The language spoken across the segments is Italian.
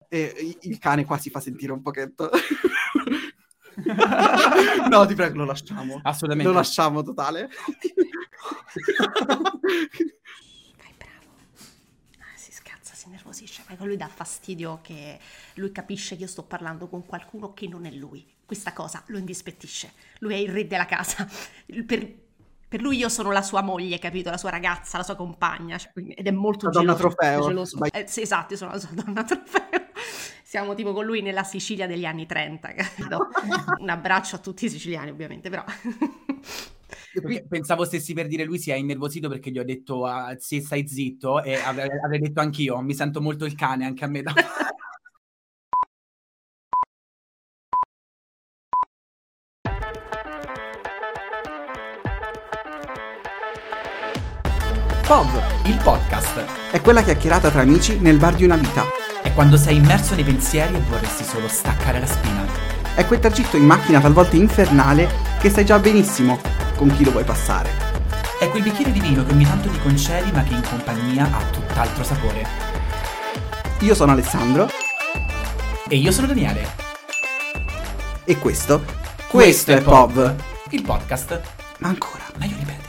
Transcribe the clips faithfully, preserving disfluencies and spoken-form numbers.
E il cane qua si fa sentire un pochetto. No, ti prego, lo lasciamo. Assolutamente. Lo lasciamo totale. Vai, bravo. Ah, si scazza, si nervosisce. Poi lui dà fastidio che lui capisce che io sto parlando con qualcuno che non è lui. Questa cosa lo indispettisce. Lui è il re della casa. Per, per lui io sono la sua moglie, capito? La sua ragazza, la sua compagna. Cioè, quindi, ed è molto la donna geloso. trofeo. geloso. Eh, sì, esatto, io sono la sua donna trofeo. Siamo tipo con lui nella Sicilia degli anni trenta, capito? Un abbraccio a tutti i siciliani, ovviamente, però... Perché pensavo stessi per dire lui si è innervosito perché gli ho detto uh, sì, stai zitto, e avrei, avrei detto anch'io, mi sento molto il cane anche a me. Da... P O V, il podcast, è quella chiacchierata tra amici nel bar di una vita. è quando sei immerso nei pensieri e vorresti solo staccare la spina. È quel tragitto in macchina talvolta infernale che sai già benissimo con chi lo vuoi passare. È quel bicchiere di vino che ogni tanto ti concedi ma che in compagnia ha tutt'altro sapore. Io sono Alessandro. E io sono Daniele. E questo, questo è P O V. Il podcast. Ma ancora. Ma io ripete.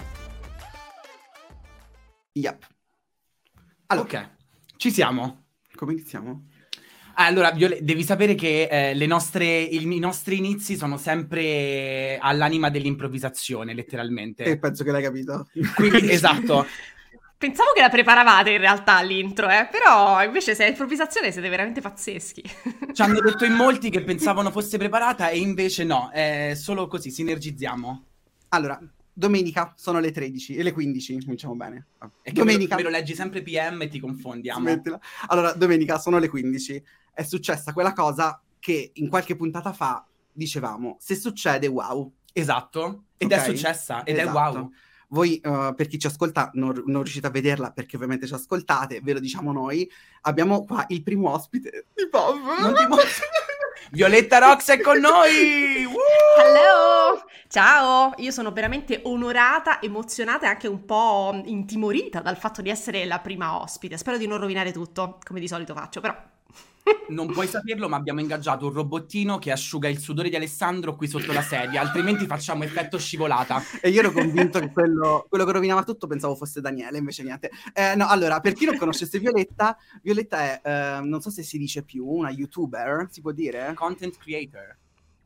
Yep. Allora, Ok, ci siamo. come iniziamo? Allora, Viole, devi sapere che eh, le nostre, il- i nostri inizi sono sempre all'anima dell'improvvisazione, letteralmente. E penso che l'hai capito. Quindi, esatto. Pensavo che la preparavate in realtà l'intro, eh? Però invece se è improvvisazione siete veramente pazzeschi. Ci hanno detto in molti che pensavano fosse preparata e invece no, è solo così, sinergizziamo. Allora, domenica sono le tredici e le quindici, cominciamo bene. E che Domenica. me lo, me lo leggi sempre P M e ti confondiamo. Smettila. Allora, domenica sono le quindici. È successa quella cosa che in qualche puntata fa dicevamo, se succede, wow. Esatto, ed Ok? è successa, ed Esatto. è wow. Voi, uh, per chi ci ascolta, non, non riuscite a vederla perché ovviamente ci ascoltate, ve lo diciamo noi, abbiamo qua il primo ospite di P O V. Non ti mo- Violetta Rox è con noi! Woo! Hello! Ciao! Io sono veramente onorata, emozionata e anche un po' intimorita dal fatto di essere la prima ospite. Spero di non rovinare tutto, come di solito faccio, però... Non puoi saperlo, ma abbiamo ingaggiato un robottino che asciuga il sudore di Alessandro qui sotto la sedia, altrimenti facciamo effetto scivolata. E io ero convinto che quello, quello che rovinava tutto pensavo fosse Daniele, invece niente. Eh, no, allora, per chi non conoscesse Violetta, Violetta è, eh, non so se si dice più, una YouTuber, si può dire? Content creator.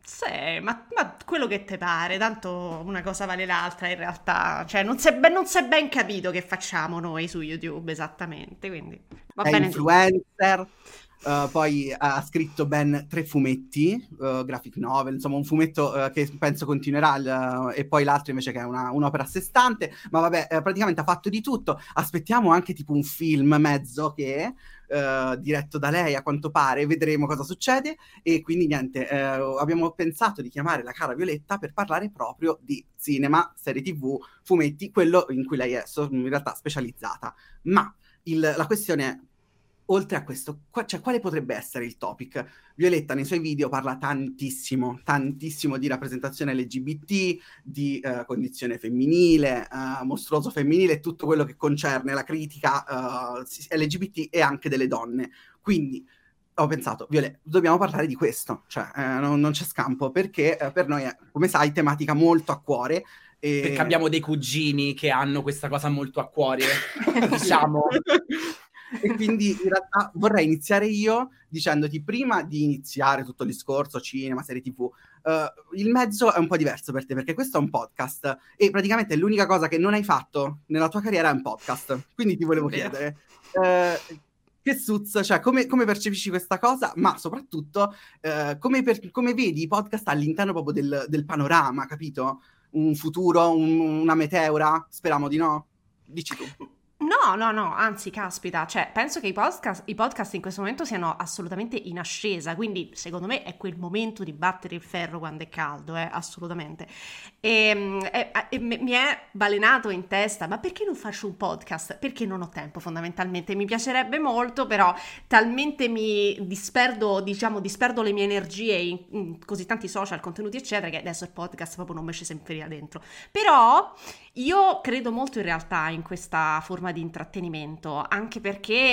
Sì, ma, ma quello che te pare, tanto una cosa vale l'altra in realtà, cioè non si è ben, non si è ben capito che facciamo noi su YouTube esattamente, quindi va È bene. influencer, uh, poi ha scritto ben tre fumetti, uh, graphic novel, insomma un fumetto uh, che penso continuerà, uh, e poi l'altro invece che è una, un'opera a sé stante, ma vabbè, uh, praticamente ha fatto di tutto. Aspettiamo anche tipo un film mezzo che... Uh, diretto da lei a quanto pare, vedremo cosa succede e quindi niente, uh, abbiamo pensato di chiamare la cara Violetta per parlare proprio di cinema, serie tv, fumetti, quello in cui lei è so- in realtà specializzata, ma il, la questione è, oltre a questo, qua, cioè, quale potrebbe essere il topic? Violetta nei suoi video parla tantissimo, tantissimo di rappresentazione L G B T, di uh, condizione femminile, uh, mostruoso femminile e tutto quello che concerne la critica uh, L G B T e anche delle donne. Quindi ho pensato, Violetta, dobbiamo parlare di questo, cioè eh, non, non c'è scampo, perché eh, per noi è, come sai, tematica molto a cuore. E... Perché abbiamo dei cugini che hanno questa cosa molto a cuore, diciamo... E quindi in realtà vorrei iniziare io dicendoti, prima di iniziare tutto il discorso cinema, serie tv, uh, il mezzo è un po' diverso per te perché questo è un podcast e praticamente l'unica cosa che non hai fatto nella tua carriera è un podcast, quindi ti volevo chiedere uh, che suz, cioè come, come percepisci questa cosa, ma soprattutto uh, come, per, come vedi i podcast all'interno proprio del, del panorama, capito? Un futuro, un, una meteora, speriamo di no? Dici tu. No, no, no, anzi, caspita, cioè, penso che i podcast, i podcast in questo momento siano assolutamente in ascesa, quindi secondo me è quel momento di battere il ferro quando è caldo, eh, assolutamente. E, e, e mi è balenato in testa, ma perché non faccio un podcast? Perché non ho tempo, fondamentalmente, mi piacerebbe molto, però talmente mi disperdo, diciamo, disperdo le mie energie in, in così tanti social, contenuti, eccetera, che adesso il podcast proprio non mi ci sembra dentro. Però io credo molto in realtà in questa forma di intrattenimento, anche perché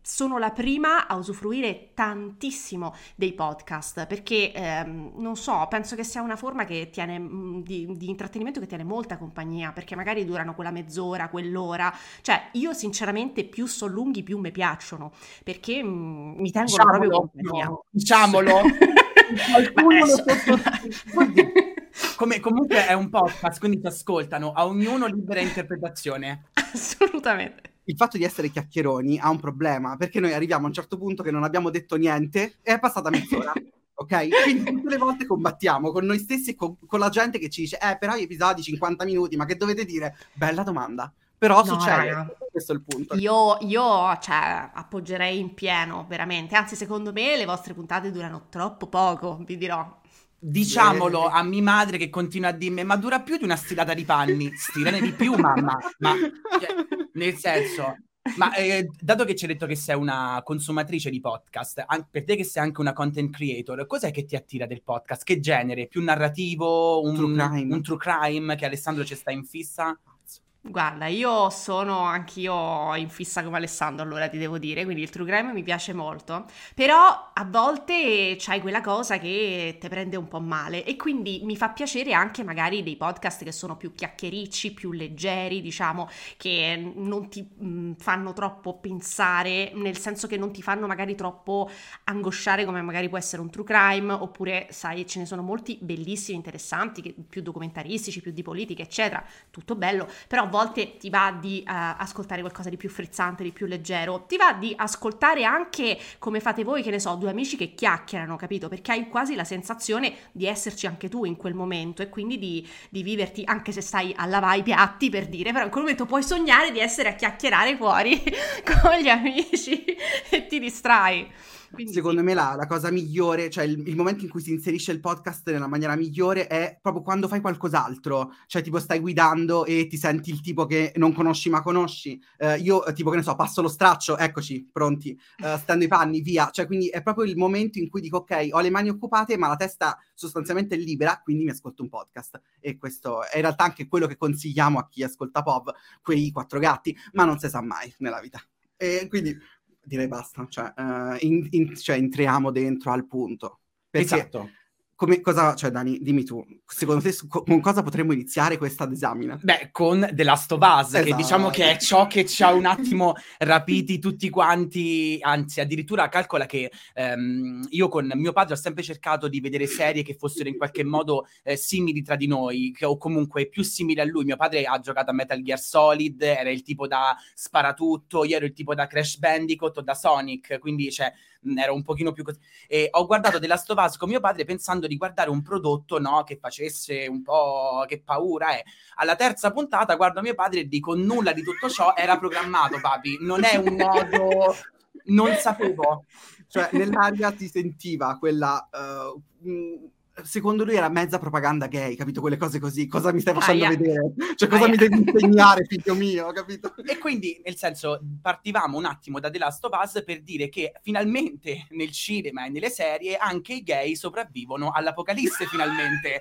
sono la prima a usufruire tantissimo dei podcast perché ehm, non so, penso che sia una forma che tiene mh, di, di intrattenimento che tiene molta compagnia, perché magari durano quella mezz'ora, quell'ora, cioè io sinceramente più sono lunghi più mi piacciono perché mh, mi tengono Diciamolo, proprio compagnia. no, diciamolo. Qualcuno lo sottolinea. Come, comunque è un podcast, quindi ti ascoltano, a ognuno libera interpretazione. Assolutamente. Il fatto di essere chiacchieroni ha un problema, perché noi arriviamo a un certo punto che non abbiamo detto niente e è passata mezz'ora, ok? Quindi tutte le volte combattiamo con noi stessi e con, con la gente che ci dice eh, però gli episodi cinquanta minuti, ma che dovete dire? Bella domanda. Però No, succede, raga. questo è il punto. Io, io cioè, appoggerei in pieno, veramente. Anzi, secondo me le vostre puntate durano troppo poco, vi dirò. Diciamolo a mia madre che continua a dirmi ma dura più di una stilata di panni, stilane di più mamma, ma cioè, nel senso, ma eh, dato che ci hai detto che sei una consumatrice di podcast, an- per te che sei anche una content creator, cos'è che ti attira del podcast? Che genere? Più narrativo? Un True crime. un true crime che Alessandro ci sta in fissa? Guarda, io sono anch'io in fissa come Alessandro, allora ti devo dire, quindi il true crime mi piace molto, però a volte c'hai quella cosa che te prende un po' male e quindi mi fa piacere anche magari dei podcast che sono più chiacchiericci, più leggeri, diciamo, che non ti mh, fanno troppo pensare, nel senso che non ti fanno magari troppo angosciare come magari può essere un true crime, oppure sai, ce ne sono molti bellissimi, interessanti, che, più documentaristici, più di politica, eccetera, tutto bello, però a volte ti va di uh, ascoltare qualcosa di più frizzante, di più leggero, ti va di ascoltare anche come fate voi, che ne so, due amici che chiacchierano, capito? Perché hai quasi la sensazione di esserci anche tu in quel momento e quindi di, di viverti, anche se stai a lavare i piatti per dire, però in quel momento puoi sognare di essere a chiacchierare fuori con gli amici e ti distrai. Quindi secondo sì. me la, la cosa migliore, cioè il, il momento in cui si inserisce il podcast nella maniera migliore è proprio quando fai qualcos'altro, cioè tipo stai guidando e ti senti il tipo che non conosci ma conosci, uh, io tipo che ne so, passo lo straccio, eccoci, pronti, uh, stendo i panni, via, cioè quindi è proprio il momento in cui dico ok, ho le mani occupate ma la testa sostanzialmente è libera, quindi mi ascolto un podcast e questo è in realtà anche quello che consigliamo a chi ascolta P O V, quei quattro gatti, ma non si sa mai nella vita. E quindi direi basta, cioè, uh, in, in, cioè entriamo dentro al punto. Perché, esatto. Come, cosa, cioè Dani, dimmi tu, secondo te su, con cosa potremmo iniziare questa disamina? Beh, con The Last of Us, esatto. Che diciamo che è ciò che ci ha un attimo rapiti tutti quanti, anzi addirittura calcola che ehm, io con mio padre ho sempre cercato di vedere serie che fossero in qualche modo eh, simili tra di noi, che, o comunque più simili a lui. Mio padre ha giocato a Metal Gear Solid, era il tipo da sparatutto, io ero il tipo da Crash Bandicoot o da Sonic, quindi cioè ero un pochino più così. E ho guardato The Last of Us con mio padre pensando di guardare un prodotto, no, che facesse un po' che paura è. Alla terza puntata guardo mio padre e dico nulla di tutto ciò era programmato, papi, non è un modo, non sapevo. Cioè nell'aria ti sentiva quella uh, mh, secondo lui era mezza propaganda gay, capito? Quelle cose così, cosa mi stai facendo Aia. vedere? Cioè cosa Aia. mi devi insegnare, figlio mio, capito? E quindi, nel senso, partivamo un attimo da The Last of Us per dire che finalmente nel cinema e nelle serie anche i gay sopravvivono all'apocalisse, finalmente.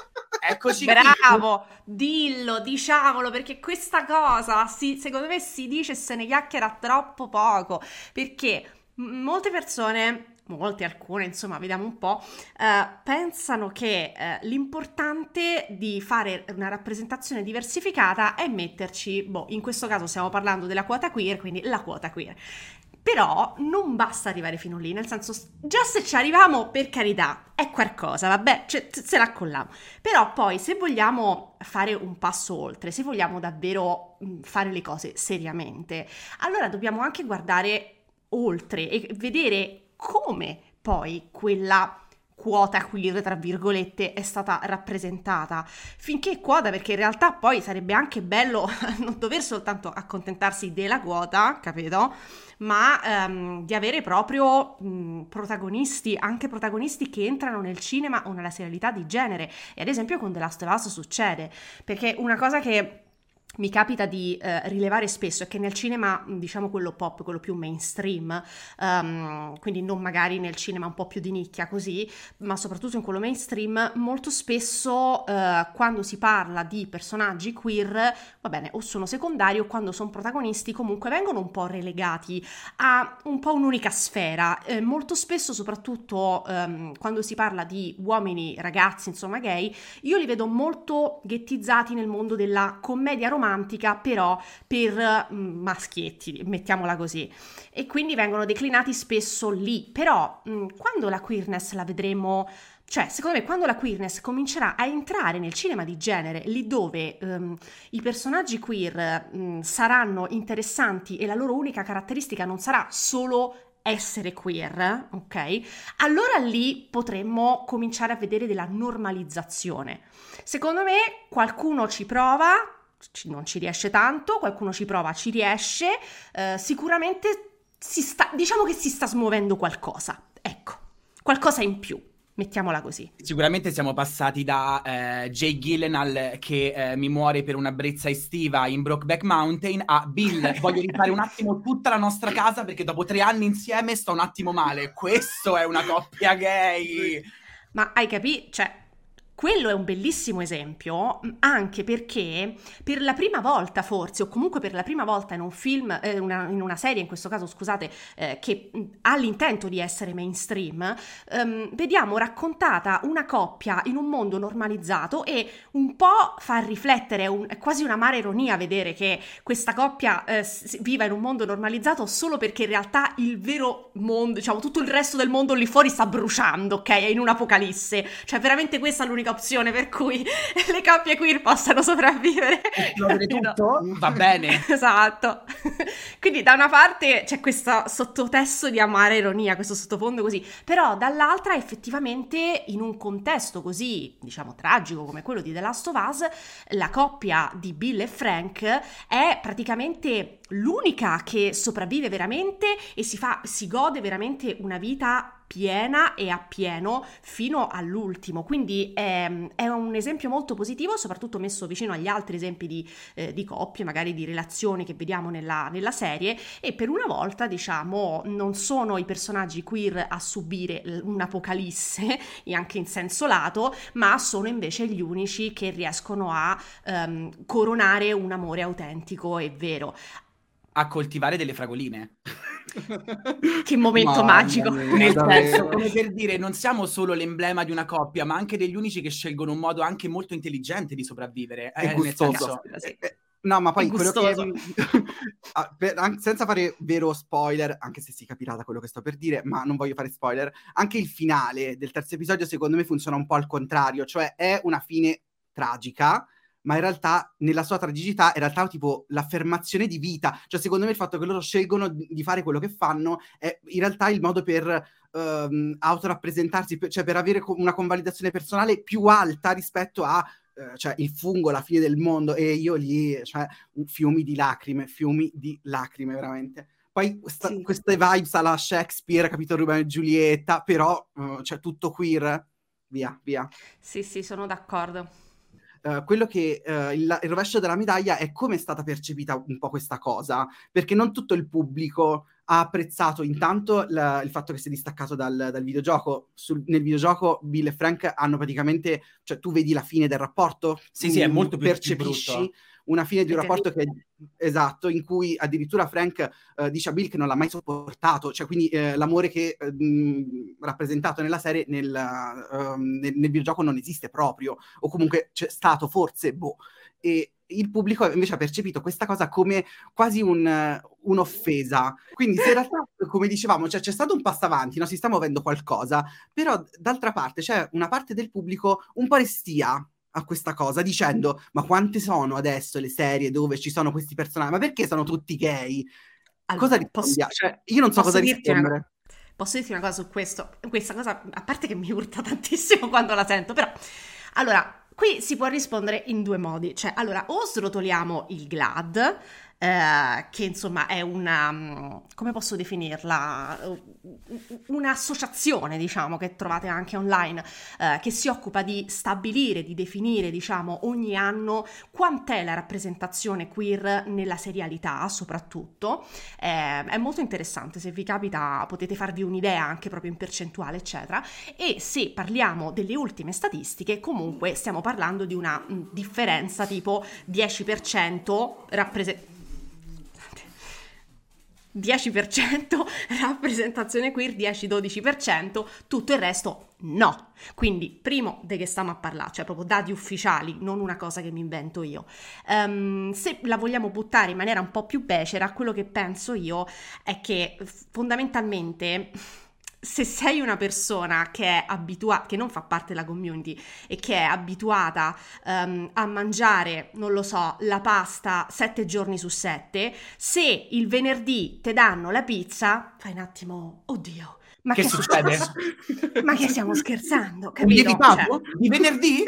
Eccoci bravo, qui. Dillo, diciamolo, perché questa cosa si, secondo me si dice e se ne chiacchiera troppo poco, perché m- molte persone... molte, alcune, insomma, vediamo un po', eh, pensano che eh, l'importante di fare una rappresentazione diversificata è metterci, boh, in questo caso stiamo parlando della quota queer, quindi la quota queer. Però non basta arrivare fino lì, nel senso, già se ci arriviamo, per carità, è qualcosa, vabbè, cioè, se la accolliamo. Però poi, se vogliamo fare un passo oltre, se vogliamo davvero mh, fare le cose seriamente, allora dobbiamo anche guardare oltre e vedere come poi quella quota queer, tra virgolette, è stata rappresentata. Finché quota, perché in realtà poi sarebbe anche bello non dover soltanto accontentarsi della quota, capito? Ma um, di avere proprio um, protagonisti, anche protagonisti che entrano nel cinema o nella serialità di genere. E ad esempio con The Last of Us succede, perché una cosa che mi capita di eh, rilevare spesso è che nel cinema, diciamo quello pop, quello più mainstream, um, quindi non magari nel cinema un po' più di nicchia così, ma soprattutto in quello mainstream, molto spesso eh, quando si parla di personaggi queer, va bene, o sono secondari o quando sono protagonisti comunque vengono un po' relegati a un po' un'unica sfera. Eh, molto spesso, soprattutto um, quando si parla di uomini, ragazzi, insomma gay, io li vedo molto ghettizzati nel mondo della commedia romantica, però per mm, maschietti, mettiamola così, e quindi vengono declinati spesso lì. Però mh, quando la queerness la vedremo, cioè secondo me quando la queerness comincerà a entrare nel cinema di genere, lì dove um, i personaggi queer um, saranno interessanti e la loro unica caratteristica non sarà solo essere queer, ok? Allora lì potremmo cominciare a vedere della normalizzazione. Secondo me qualcuno ci prova, non ci riesce tanto, qualcuno ci prova, ci riesce, eh, sicuramente si sta, diciamo che si sta smuovendo qualcosa, ecco, qualcosa in più, mettiamola così. Sicuramente siamo passati da eh, Jake Gyllenhaal che eh, mi muore per una brezza estiva in Brokeback Mountain a Bill, voglio rifare un attimo tutta la nostra casa perché dopo tre anni insieme sto un attimo male. Questo è una coppia gay. Ma hai capito? Cioè, quello è un bellissimo esempio, anche perché per la prima volta forse, o comunque per la prima volta in un film, eh, una, in una serie in questo caso, scusate, eh, che ha l'intento di essere mainstream, ehm, vediamo raccontata una coppia in un mondo normalizzato e un po' fa riflettere, un, è quasi un'amara ironia vedere che questa coppia eh, viva in un mondo normalizzato solo perché in realtà il vero mondo, diciamo tutto il resto del mondo lì fuori sta bruciando, ok? È in un'apocalisse, cioè veramente questa è l'unica opzione per cui le coppie queer possano sopravvivere. Esplodere tutto? Va bene. Esatto. Quindi da una parte c'è questo sottotesto di amara ironia, questo sottofondo così, però dall'altra effettivamente in un contesto così, diciamo, tragico come quello di The Last of Us, la coppia di Bill e Frank è praticamente l'unica che sopravvive veramente e si fa, si gode veramente una vita piena e appieno fino all'ultimo, quindi è, è un esempio molto positivo, soprattutto messo vicino agli altri esempi di, eh, di coppie, magari di relazioni che vediamo nella, nella serie, e per una volta diciamo non sono i personaggi queer a subire un'apocalisse anche in senso lato, ma sono invece gli unici che riescono a um, coronare un amore autentico e vero, a coltivare delle fragoline. Che momento Mamma magico. mia, Nel davvero. senso, come per dire, non siamo solo l'emblema di una coppia, ma anche degli unici che scelgono un modo anche molto intelligente di sopravvivere. È eh, nel gustoso. senso- Sì. Eh, No, ma poi È quello gustoso. che Ah, per- an- senza fare vero spoiler, anche se si capirà da quello che sto per dire, ma non voglio fare spoiler, anche il finale del terzo episodio secondo me funziona un po' al contrario, cioè è una fine tragica, ma in realtà nella sua tragicità in realtà è tipo l'affermazione di vita, cioè secondo me il fatto che loro scelgono di di fare quello che fanno è in realtà il modo per ehm, autorappresentarsi, per- cioè per avere co- una convalidazione personale più alta rispetto a eh, cioè il fungo, la fine del mondo, e io lì, cioè fiumi di lacrime, fiumi di lacrime veramente. Poi questa- Sì. queste vibes alla Shakespeare, capito, Romeo e Giulietta, però eh, cioè tutto queer, via, via. Sì, sì, sono d'accordo. Uh, quello che uh, il, il rovescio della medaglia è come è stata percepita un po' questa cosa, perché non tutto il pubblico ha apprezzato intanto la, il fatto che si è distaccato dal, dal videogioco. Sul, nel videogioco Bill e Frank hanno praticamente, cioè tu vedi la fine del rapporto, Sì, sì, è mm, molto più- più percepisci brutto. una fine di un È rapporto che esatto, in cui addirittura Frank eh, dice a Bill che non l'ha mai sopportato, cioè quindi eh, l'amore che eh, mh, rappresentato nella serie nel, uh, nel, nel videogioco non esiste proprio, o comunque c'è stato forse, boh. E il pubblico invece ha percepito questa cosa come quasi un, un'offesa. Quindi se in realtà, come dicevamo, cioè, c'è stato un passo avanti, no? Si sta muovendo qualcosa, però d'altra parte c'è una parte del pubblico un po' restia a questa cosa, dicendo ma quante sono adesso le serie dove ci sono questi personaggi? Ma perché sono tutti gay? Allora, Cosa posso- rispondiamo? Cioè, io non so posso cosa dirti una- rispondere. Posso dirti una cosa su questo? Questa cosa, a parte che mi urta tantissimo quando la sento, però... Allora, qui si può rispondere in due modi. Cioè, allora, o srotoliamo il G L A D, eh, che insomma è una, come posso definirla, un'associazione, diciamo, che trovate anche online, eh, che si occupa di stabilire, di definire, diciamo, ogni anno quant'è la rappresentazione queer nella serialità, soprattutto. Eh, è molto interessante, se vi capita potete farvi un'idea anche proprio in percentuale, eccetera. E se parliamo delle ultime statistiche, comunque stiamo parlando di una mh, differenza tipo dieci per cento rappresentazione dieci per cento rappresentazione queer, dieci-dodici per cento, tutto il resto no. Quindi, primo, di che stiamo a parlare, cioè proprio dati ufficiali, non una cosa che mi invento io. Um, se la vogliamo buttare in maniera un po' più becera, quello che penso io è che fondamentalmente, se sei una persona che è abituata, che non fa parte della community e che è abituata um, a mangiare, non lo so, la pasta sette giorni su sette, se il venerdì te danno la pizza, fai un attimo, oddio, ma che, che succede? Ma che stiamo scherzando, capito? Di papo? Cioè, di venerdì?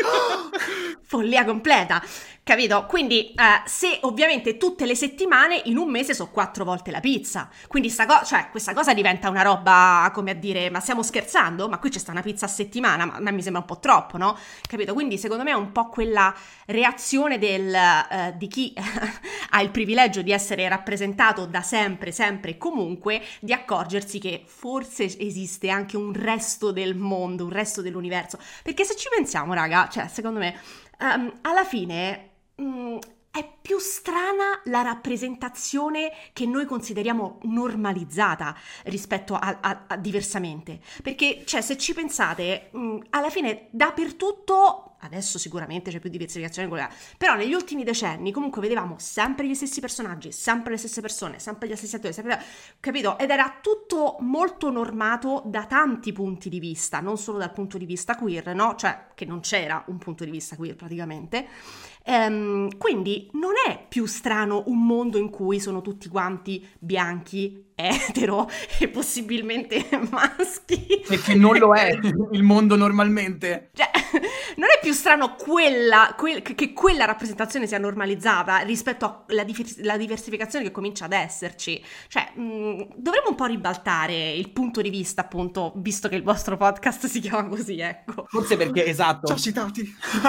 Follia completa, capito? Quindi eh, se ovviamente tutte le settimane in un mese sono quattro volte la pizza, quindi sta co- cioè, questa cosa diventa una roba come a dire, ma stiamo scherzando? Ma qui c'è sta una pizza a settimana, ma a me mi sembra un po' troppo, no? Capito? Quindi secondo me è un po' quella reazione del, eh, di chi ha il privilegio di essere rappresentato da sempre, sempre e comunque, di accorgersi che forse esiste anche un resto del mondo, un resto dell'universo, perché se ci pensiamo, raga, cioè secondo me Um, alla fine um, è più strana la rappresentazione che noi consideriamo normalizzata rispetto a, a, a diversamente, perché cioè se ci pensate um, alla fine dappertutto, adesso sicuramente c'è più diversificazione, però negli ultimi decenni comunque vedevamo sempre gli stessi personaggi, sempre le stesse persone, sempre gli stessi attori, sempre, capito? Ed era tutto molto normato da tanti punti di vista, non solo dal punto di vista queer, no? Cioè che non c'era un punto di vista queer praticamente. Ehm, quindi non è più strano un mondo in cui sono tutti quanti bianchi, etero e possibilmente maschi. Perché non lo è il mondo normalmente. Cioè, non è più strano quella, quel, che quella rappresentazione sia normalizzata rispetto alla diver- la diversificazione che comincia ad esserci. Cioè, mh, dovremmo un po' ribaltare il punto di vista, appunto, visto che il vostro podcast si chiama così, ecco. Forse perché, esatto. Ciao citati.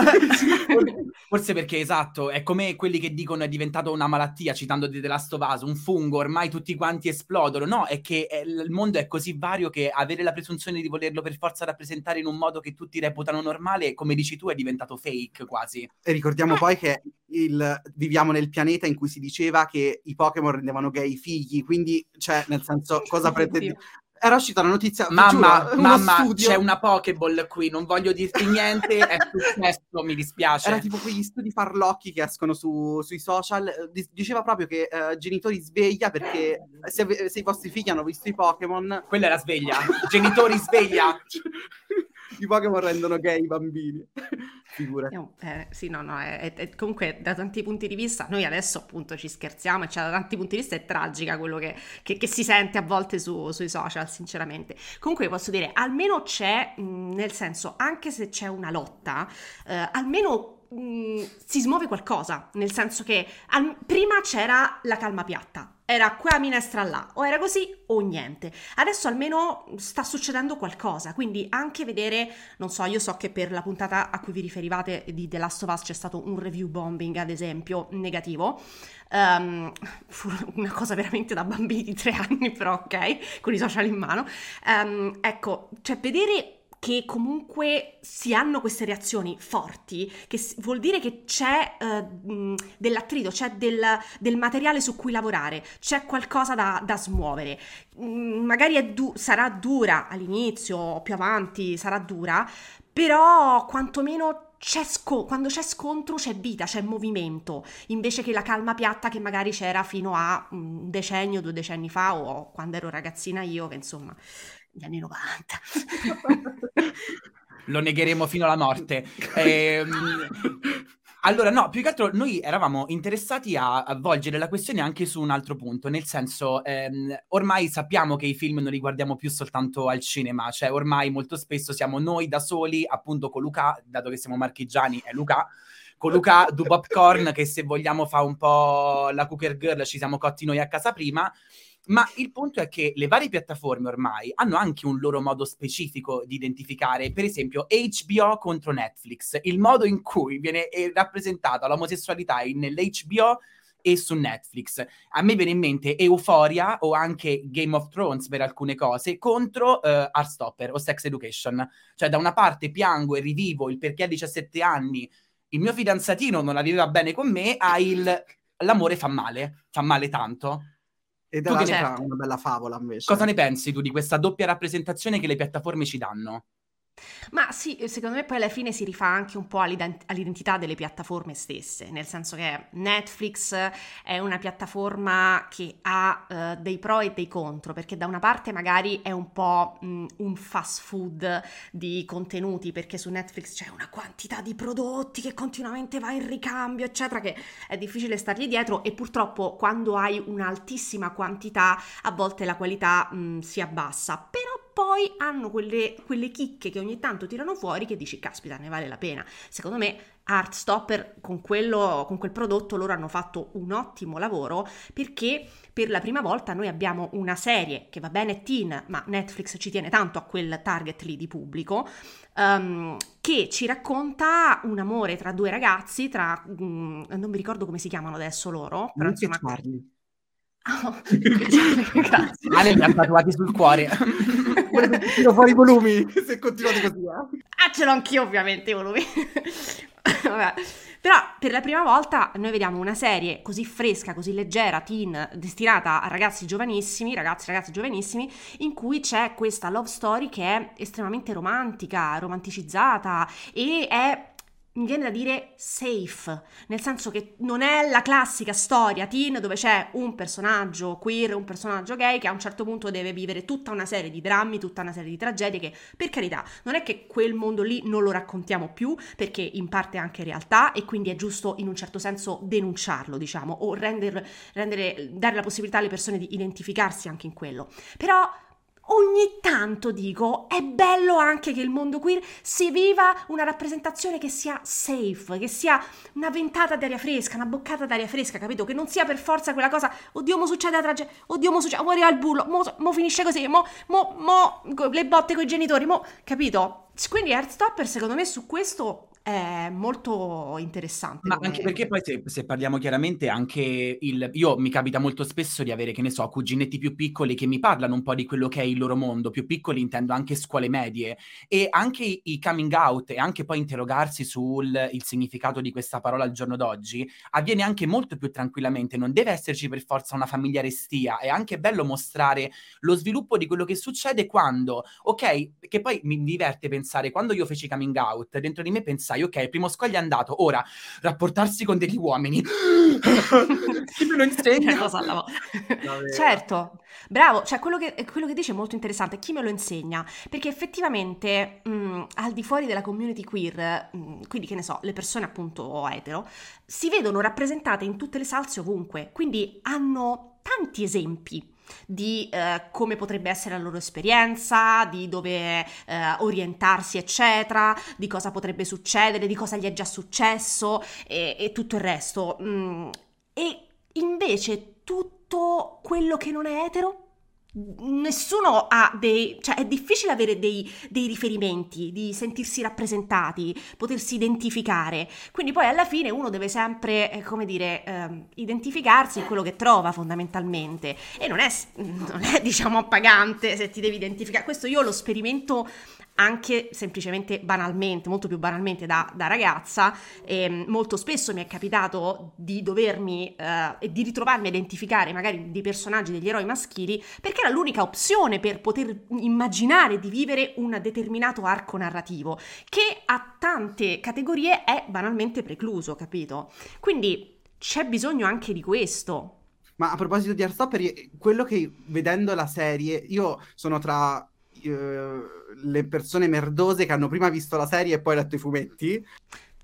Forse perché, esatto, è come quelli che dicono è diventato una malattia, citando di The Last of Us, un fungo, ormai tutti quanti esplodono. No, è che è, il mondo è così vario che avere la presunzione di volerlo per forza rappresentare in un modo che tutti reputano normale, come dici tu, è diventato fake quasi. E ricordiamo poi che il, viviamo nel pianeta in cui si diceva che i Pokémon rendevano gay i figli, quindi, cioè, nel senso, cosa pretendi? Era uscita la notizia, mamma, giuro, mamma, studio. C'è una Pokéball qui, non voglio dirti niente, è successo, mi dispiace. Era tipo quegli studi farlocchi che escono su, sui social, diceva proprio che uh, genitori sveglia perché se, se i vostri figli hanno visto i Pokémon... Quella era sveglia, genitori sveglia! I Pokémon rendono gay i bambini. Figurati. Eh, sì, no, no, è, è, è, comunque da tanti punti di vista, noi adesso appunto ci scherziamo e cioè, da tanti punti di vista è tragica quello che, che, che si sente a volte su, sui social, sinceramente. Comunque posso dire, almeno c'è, mh, nel senso, anche se c'è una lotta, eh, almeno... Mm, si smuove qualcosa, nel senso che al, prima c'era la calma piatta, era qua minestra là, o era così o niente. Adesso almeno sta succedendo qualcosa, quindi anche vedere, non so, io so che per la puntata a cui vi riferivate di The Last of Us c'è stato un review bombing, ad esempio, negativo. Um, fu una cosa veramente da bambini di tre anni, però ok, con i social in mano. Um, ecco, cioè vedere che comunque si hanno queste reazioni forti, che si, vuol dire che c'è uh, dell'attrito, c'è del, del materiale su cui lavorare, c'è qualcosa da, da smuovere. Mm, magari è du- sarà dura all'inizio o più avanti, sarà dura, però quantomeno c'è sco- quando c'è scontro c'è vita, c'è movimento, invece che la calma piatta che magari c'era fino a un decennio, due decenni fa o quando ero ragazzina io, che insomma... gli anni novanta. Lo negheremo fino alla morte. Ehm, allora, no, più che altro noi eravamo interessati a, a volgere la questione anche su un altro punto, nel senso, ehm, ormai sappiamo che i film non li guardiamo più soltanto al cinema, cioè ormai molto spesso siamo noi da soli, appunto con Luca, dato che siamo marchigiani, è Luca, con Luca du Popcorn, che se vogliamo fa un po' la Cooker Girl, ci siamo cotti noi a casa prima. Ma il punto è che le varie piattaforme ormai hanno anche un loro modo specifico di identificare, per esempio H B O contro Netflix, il modo in cui viene eh, rappresentata l'omosessualità in- nell'H B O e su Netflix. A me viene in mente Euphoria o anche Game of Thrones per alcune cose contro eh, Heartstopper o Sex Education. Cioè da una parte piango e rivivo il perché a diciassette anni il mio fidanzatino non la viveva bene con me, ha il l'amore fa male, fa male tanto. Ed Tu è che ne- l'altra una bella favola invece. Cosa ne pensi tu di questa doppia rappresentazione che le piattaforme ci danno? Ma sì, secondo me poi alla fine si rifà anche un po' all'ident- all'identità delle piattaforme stesse, nel senso che Netflix è una piattaforma che ha eh, dei pro e dei contro, perché da una parte magari è un po' mh, un fast food di contenuti, perché su Netflix c'è una quantità di prodotti che continuamente va in ricambio, eccetera, che è difficile stargli dietro e purtroppo quando hai un'altissima quantità a volte la qualità mh, si abbassa, però poi hanno quelle, quelle chicche che ogni tanto tirano fuori che dici caspita ne vale la pena. Secondo me Heartstopper con quello, con quel prodotto loro hanno fatto un ottimo lavoro, perché per la prima volta noi abbiamo una serie che va bene teen, ma Netflix ci tiene tanto a quel target lì di pubblico, um, che ci racconta un amore tra due ragazzi, tra um, non mi ricordo come si chiamano adesso loro, però Nick e insomma Charlie. Oh, grazie. Ale li ha tatuati sul cuore. Tiro fuori i volumi se continuate così. Eh. Ah, ce l'ho anch'io ovviamente i volumi. Vabbè. Però per la prima volta noi vediamo una serie così fresca, così leggera, teen, destinata a ragazzi giovanissimi, ragazzi ragazzi giovanissimi, in cui c'è questa love story che è estremamente romantica, romanticizzata e è, mi viene da dire, safe, nel senso che non è la classica storia teen dove c'è un personaggio queer, un personaggio gay che a un certo punto deve vivere tutta una serie di drammi, tutta una serie di tragedie che, per carità, non è che quel mondo lì non lo raccontiamo più, perché in parte è anche realtà e quindi è giusto in un certo senso denunciarlo, diciamo, o render, rendere, dare la possibilità alle persone di identificarsi anche in quello. Però ogni tanto dico, è bello anche che il mondo queer si viva una rappresentazione che sia safe, che sia una ventata d'aria fresca, una boccata d'aria fresca, capito? Che non sia per forza quella cosa, oddio mo succede la tragedia, oddio mo succede, mo arriva il bullo, mo, mo finisce così, mo, mo, mo le botte coi genitori, mo, capito? Quindi Heartstopper secondo me su questo è molto interessante. Ma come- anche perché poi se, se parliamo chiaramente anche il... Io mi capita molto spesso di avere, che ne so, cuginetti più piccoli che mi parlano un po' di quello che è il loro mondo. Più piccoli intendo anche scuole medie. E anche i, i coming out e anche poi interrogarsi sul il significato di questa parola al giorno d'oggi avviene anche molto più tranquillamente. Non deve esserci per forza una famiglia restia. È anche bello mostrare lo sviluppo di quello che succede quando, ok, che poi mi diverte pensare, quando io feci coming out, dentro di me pensai, ok, il primo scoglio è andato, ora rapportarsi con degli uomini. Chi me lo insegna? Una cosa alla volta. Certo, bravo, cioè quello che, quello che dice è molto interessante, chi me lo insegna? Perché effettivamente mh, al di fuori della community queer, mh, quindi che ne so, le persone appunto etero, si vedono rappresentate in tutte le salse ovunque, quindi hanno tanti esempi di eh, come potrebbe essere la loro esperienza, di dove eh, orientarsi, eccetera, di cosa potrebbe succedere, di cosa gli è già successo e, e tutto il resto. Mm, e invece tutto quello che non è etero, nessuno ha dei, cioè è difficile avere dei, dei riferimenti, di sentirsi rappresentati, potersi identificare, quindi poi alla fine uno deve sempre, eh, come dire, ehm, identificarsi in quello che trova fondamentalmente e non è, non è diciamo appagante se ti devi identificare. Questo io lo sperimento anche semplicemente banalmente, molto più banalmente da, da ragazza, e molto spesso mi è capitato di dovermi eh, e di ritrovarmi a identificare magari dei personaggi, degli eroi maschili, perché era l'unica opzione per poter immaginare di vivere un determinato arco narrativo che a tante categorie è banalmente precluso, capito? Quindi c'è bisogno anche di questo. Ma a proposito di Heartstopper, quello che vedendo la serie, io sono tra uh, le persone merdose che hanno prima visto la serie e poi letto i fumetti.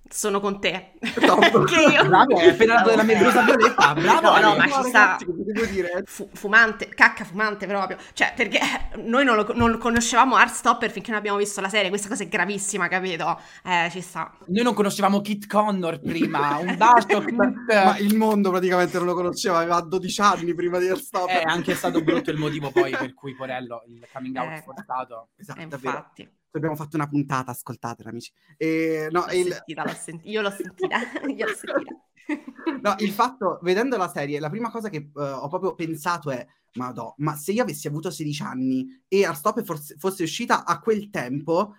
Sono con te. Top. Che io... Bravo, hai appena dato della medrosa violetta, bravo. No, no, Ale. ma No, ci sta ragazzi, cosa devo dire? fu- fumante, cacca fumante proprio. Cioè, perché noi non, lo, non conoscevamo Heartstopper finché non abbiamo visto la serie. Questa cosa è gravissima, capito? Eh, ci sta. Noi non conoscevamo Kit Connor prima, un bacio Kit. Ma il mondo praticamente non lo conosceva, aveva dodici anni prima di Heartstopper. È anche stato brutto il motivo poi per cui Porello il coming out Eh, forzato. Esatto, eh, davvero. infatti. Abbiamo fatto una puntata, ascoltatela amici. E, no, L'ho il... sentita, l'ho sentita. Io l'ho sentita. Io l'ho sentita. No, il fatto, vedendo la serie, la prima cosa che uh, ho proprio pensato è, madò, ma se io avessi avuto sedici anni e Heartstopper fosse, fosse uscita a quel tempo,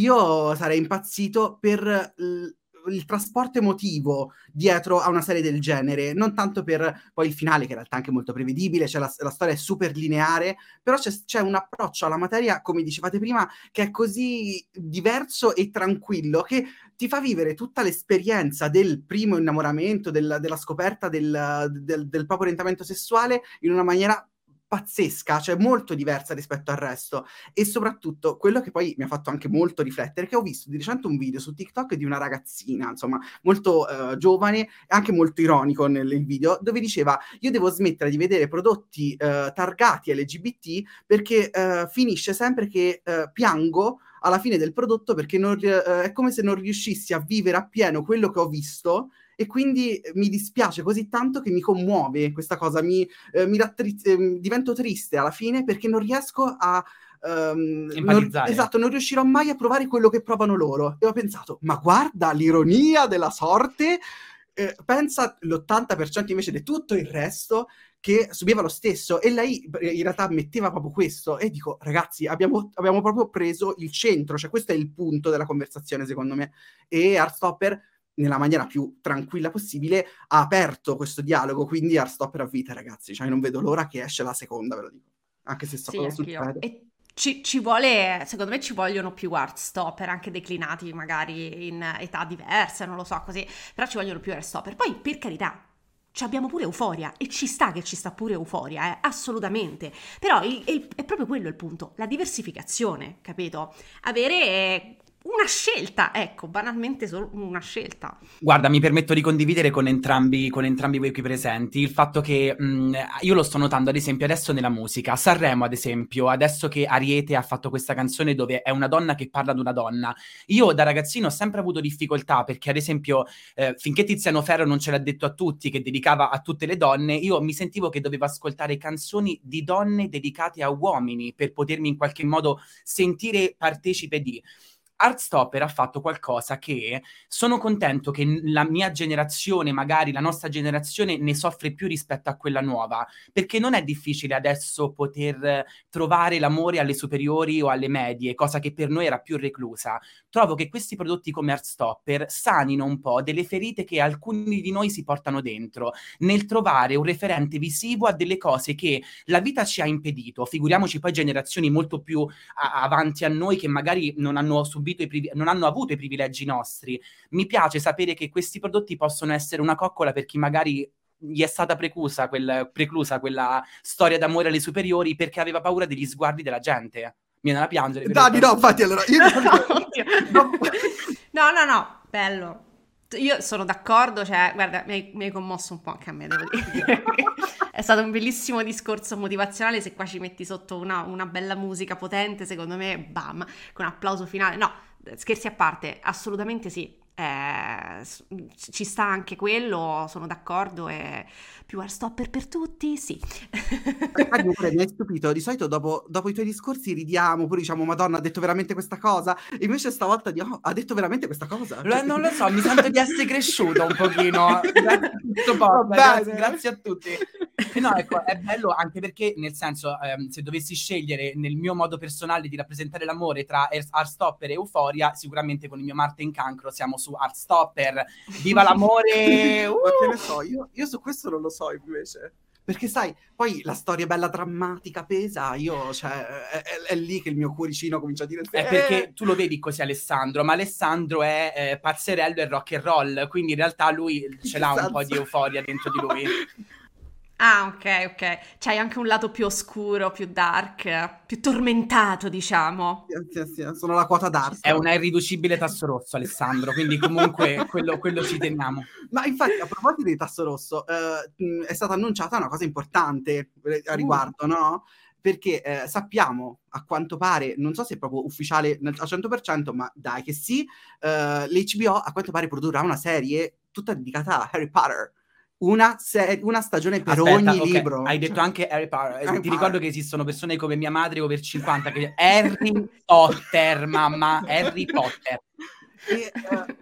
io sarei impazzito per l- il trasporto emotivo dietro a una serie del genere, non tanto per poi il finale, che in realtà è anche molto prevedibile, cioè la, la storia è super lineare, però c'è, c'è un approccio alla materia, come dicevate prima, che è così diverso e tranquillo, che ti fa vivere tutta l'esperienza del primo innamoramento, del, della scoperta del, del, del proprio orientamento sessuale in una maniera pazzesca, cioè molto diversa rispetto al resto. E soprattutto quello che poi mi ha fatto anche molto riflettere, che ho visto di recente un video su TikTok di una ragazzina, insomma, molto uh, giovane e anche molto ironico nel, nel video, dove diceva: io devo smettere di vedere prodotti uh, targati L G B T perché uh, finisce sempre che uh, piango alla fine del prodotto perché non, uh, è come se non riuscissi a vivere appieno quello che ho visto, e quindi mi dispiace così tanto che mi commuove questa cosa, mi, eh, mi rattri- eh, divento triste alla fine perché non riesco a... Um, non, esatto, non riuscirò mai a provare quello che provano loro. E ho pensato, ma guarda l'ironia della sorte, eh, pensa l'ottanta per cento invece di tutto il resto che subiva lo stesso, e lei in realtà ammetteva proprio questo, e dico, ragazzi, abbiamo, abbiamo proprio preso il centro, cioè questo è il punto della conversazione secondo me, e Heartstopper nella maniera più tranquilla possibile ha aperto questo dialogo, quindi Heartstopper a vita, ragazzi, cioè non vedo l'ora che esce la seconda, ve lo dico, anche se so Sì, cosa anch'io. succede. E ci, ci vuole, secondo me ci vogliono più Heartstopper, anche declinati magari in età diverse, non lo so così, però ci vogliono più Heartstopper. Poi, per carità, ci abbiamo pure Euphoria, e ci sta che ci sta pure Euphoria, eh, assolutamente. Però il- il- è proprio quello il punto, la diversificazione, capito? Avere una scelta, ecco, banalmente solo una scelta. Guarda, mi permetto di condividere con entrambi, con entrambi voi qui presenti il fatto che mh, io lo sto notando ad esempio adesso nella musica. Sanremo ad esempio, adesso che Ariete ha fatto questa canzone dove è una donna che parla ad una donna, io da ragazzino ho sempre avuto difficoltà perché ad esempio eh, finché Tiziano Ferro non ce l'ha detto a tutti, che dedicava a tutte le donne, io mi sentivo che dovevo ascoltare canzoni di donne dedicate a uomini per potermi in qualche modo sentire partecipe di... Heartstopper ha fatto qualcosa che sono contento che la mia generazione, magari la nostra generazione, ne soffre più rispetto a quella nuova, perché non è difficile adesso poter trovare l'amore alle superiori o alle medie, cosa che per noi era più reclusa. Trovo che questi prodotti come Heartstopper sanino un po' delle ferite che alcuni di noi si portano dentro, nel trovare un referente visivo a delle cose che la vita ci ha impedito. Figuriamoci poi generazioni molto più a- avanti a noi che magari non hanno subito I privi- non hanno avuto i privilegi nostri. Mi piace sapere che questi prodotti possono essere una coccola per chi magari gli è stata preclusa, quel, preclusa quella storia d'amore alle superiori perché aveva paura degli sguardi della gente. Mi viene da piangere. Dani, no, infatti, allora... Io... no, no, no, bello. Io sono d'accordo, cioè, guarda, mi hai, mi hai commosso un po' anche a me, devo dire. È stato un bellissimo discorso motivazionale, se qua ci metti sotto una, una bella musica potente, secondo me, bam, con applauso finale. No, scherzi a parte, assolutamente sì. Eh, ci sta anche quello, sono d'accordo, e più Heartstopper per tutti, sì. Pure, mi hai stupito, di solito dopo, dopo i tuoi discorsi ridiamo, pure diciamo Madonna ha detto veramente questa cosa, e invece stavolta di, oh, ha detto veramente questa cosa, cioè... non lo so, mi sento di essere cresciuto un pochino, grazie, tutto poco, grazie, grazie a tutti. E no, ecco, è bello anche perché, nel senso, ehm, se dovessi scegliere nel mio modo personale di rappresentare l'amore tra Heartstopper e Euphoria, sicuramente con il mio Marte in cancro siamo su Heartstopper. Viva l'amore! Uh! Ma che ne so, io, io su questo non lo so invece. Perché sai, poi la storia bella drammatica pesa, io, cioè, è, è, è lì che il mio cuoricino comincia a dire... È perché tu lo vedi così Alessandro, ma Alessandro è eh, pazzerello e rock and roll, quindi in realtà lui ce l'ha un po' di euforia dentro di lui. Ah, ok, ok. C'hai anche un lato più oscuro, più dark, più tormentato, diciamo. Sì, sì, sì, sono la quota Ci dark. È sta. una irriducibile tasso rosso, Alessandro, quindi comunque quello, quello ci teniamo. Ma infatti, a proposito di tasso rosso, eh, mh, è stata annunciata una cosa importante eh, a Uh, riguardo, no? Perché eh, sappiamo, a quanto pare, non so se è proprio ufficiale nel- al cento per cento, ma dai che sì, eh, l'H B O a quanto pare produrrà una serie tutta dedicata a Harry Potter. Una, se- una stagione per Aspetta, ogni ok, libro. hai Cioè, detto anche Harry Potter. Eh, Harry Ti Potter. ricordo che esistono persone come mia madre over cinquanta che Harry Potter, mamma, Harry Potter. E, eh,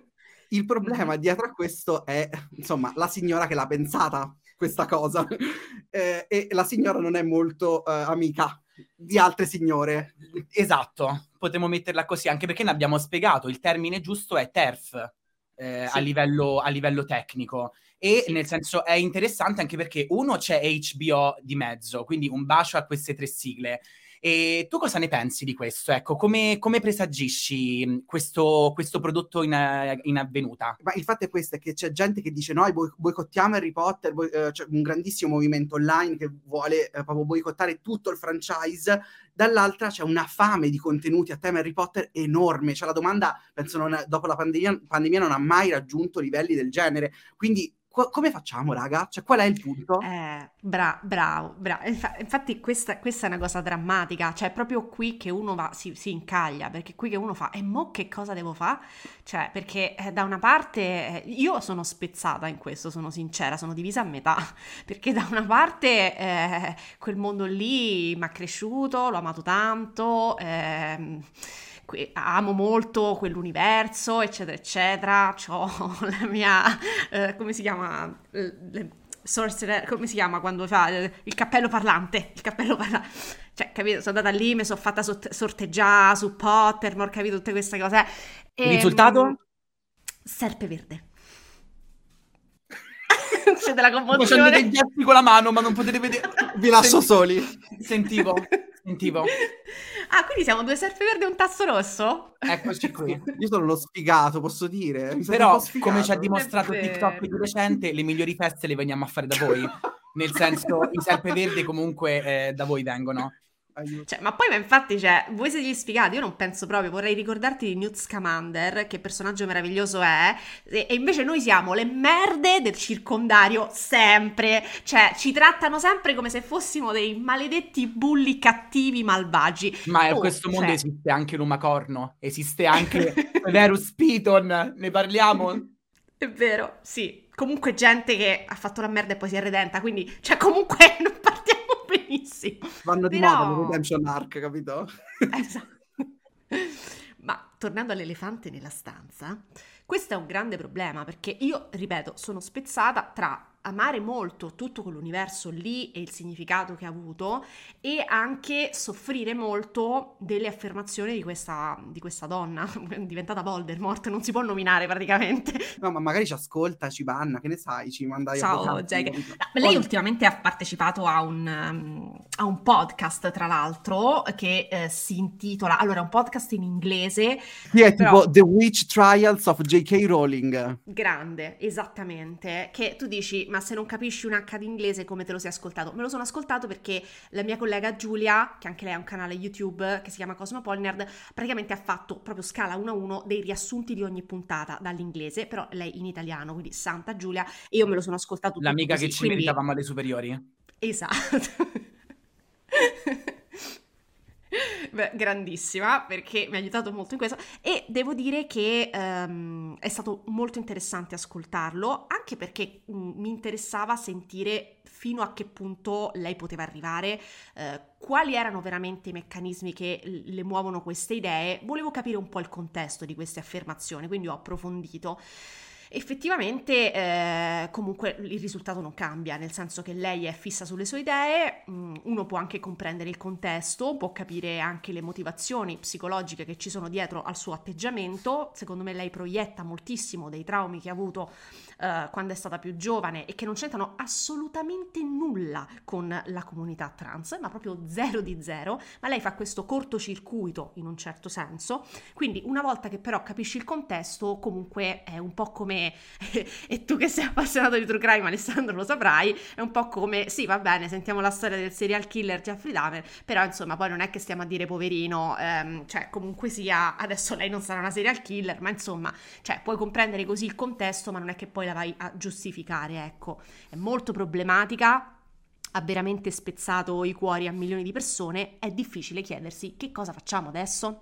il problema dietro a questo è, insomma, la signora che l'ha pensata questa cosa. Eh, e la signora non è molto eh, amica di altre signore. Esatto, potremmo metterla così, anche perché ne abbiamo spiegato, il termine giusto è T E R F, eh, a Sì, livello, a livello tecnico. E sì. nel senso è interessante anche perché uno c'è H B O di mezzo, quindi un bacio a queste tre sigle. E tu cosa ne pensi di questo? Ecco, come, come presagisci mh, questo, questo prodotto in, eh, in avvenuta? Ma il fatto è questo, è che c'è gente che dice noi boi- boicottiamo Harry Potter, boi- eh, c'è un grandissimo movimento online che vuole eh, proprio boicottare tutto il franchise, dall'altra c'è una fame di contenuti a tema Harry Potter enorme, cioè la domanda, penso, non è- dopo la pandemia, pandemia non ha mai raggiunto livelli del genere, quindi co- come facciamo, raga? Cioè, qual è il punto? Eh, bra- bravo, bravo. Infa- infatti questa, questa è una cosa drammatica, cioè è proprio qui che uno va, si, si incaglia, perché qui che uno fa, e mo che cosa devo fare? Cioè, perché eh, da una parte eh, io sono spezzata in questo, sono sincera, sono divisa a metà, perché da una parte eh, quel mondo lì mi ha cresciuto, l'ho amato tanto, ehm, que- amo molto quell'universo, eccetera, eccetera, ho la mia, eh, come si chiama? Eh, le- Sorcerer, come si chiama quando fa eh, il cappello parlante? Il cappello parlante. Cioè, capito? Sono andata lì, mi sono fatta sort- sorteggiare su Pottermore, capito? Tutte queste cose. Il E, risultato? Serpe verde. C'è della Sto facendo dei commozione. gesti con la mano, ma non potete vedere. Vi lascio Senti- soli. Sentivo, sentivo. Ah, quindi siamo due serpe verde e un tasso rosso? Eccoci qui. Io sono uno sfigato, posso dire. Mi sento un Però, po' sfigato. come ci ha È dimostrato TikTok vero. di recente, le migliori feste le veniamo a fare da voi. Nel senso, i serpeverde comunque eh, da voi vengono. Aiuto. Cioè, ma poi, ma infatti, cioè, voi siete gli sfigati, io non penso proprio, vorrei ricordarti di Newt Scamander, che personaggio meraviglioso è, e, e invece noi siamo le merde del circondario, sempre, cioè, ci trattano sempre come se fossimo dei maledetti bulli cattivi malvagi. Ma in Oh, questo mondo cioè, esiste anche l'umacorno, esiste anche Severus Piton, ne parliamo? è vero, sì. Comunque gente che ha fatto la merda e poi si è redenta, quindi, cioè, comunque non partiamo benissimo. Vanno di Però... moda le redemption arc, capito? Esatto. Ma tornando all'elefante nella stanza, questo è un grande problema perché io, ripeto, sono spezzata tra amare molto tutto quell'universo lì e il significato che ha avuto e anche soffrire molto delle affermazioni di questa, di questa donna, diventata Voldemort, non si può nominare praticamente. No, ma magari ci ascolta, ci banna, che ne sai, ci manda gli Ciao avvocati, Jake. capito? No, lei Poi- ultimamente ha partecipato a un, um, a un podcast, tra l'altro, che eh, si intitola, allora è un podcast in inglese, Sì, è però tipo The Witch Trials of J K. Rowling. grande, esattamente, che tu dici, ma se non capisci un H di inglese come te lo sei ascoltato? Me lo sono ascoltato perché la mia collega Giulia, che anche lei ha un canale YouTube che si chiama Cosmopolinerd, praticamente ha fatto proprio scala uno a uno dei riassunti di ogni puntata dall'inglese, però lei in italiano, quindi Santa Giulia, e io me lo sono ascoltato tutto L'amica così, che ci quindi... meritavamo alle superiori. Esatto. Beh, grandissima perché mi ha aiutato molto in questo e devo dire che ehm, è stato molto interessante ascoltarlo anche perché mh, mi interessava sentire fino a che punto lei poteva arrivare, eh, quali erano veramente i meccanismi che l- le muovono queste idee, volevo capire un po' il contesto di queste affermazioni, quindi ho approfondito. Effettivamente, eh, comunque il risultato non cambia, nel senso che lei è fissa sulle sue idee, mh, uno può anche comprendere il contesto, può capire anche le motivazioni psicologiche che ci sono dietro al suo atteggiamento, secondo me lei proietta moltissimo dei traumi che ha avuto eh, quando è stata più giovane e che non c'entrano assolutamente nulla con la comunità trans, ma proprio zero di zero, ma lei fa questo cortocircuito in un certo senso, quindi una volta che però capisci il contesto, comunque è un po' come come, e tu che sei appassionato di true crime, Alessandro, lo saprai, è un po' come, sì, va bene, sentiamo la storia del serial killer Jeffrey Dahmer, però insomma poi non è che stiamo a dire poverino, ehm, cioè comunque sia, adesso lei non sarà una serial killer, ma insomma, cioè puoi comprendere così il contesto, ma non è che poi la vai a giustificare, ecco. È molto problematica, ha veramente spezzato i cuori a milioni di persone, è difficile chiedersi che cosa facciamo adesso.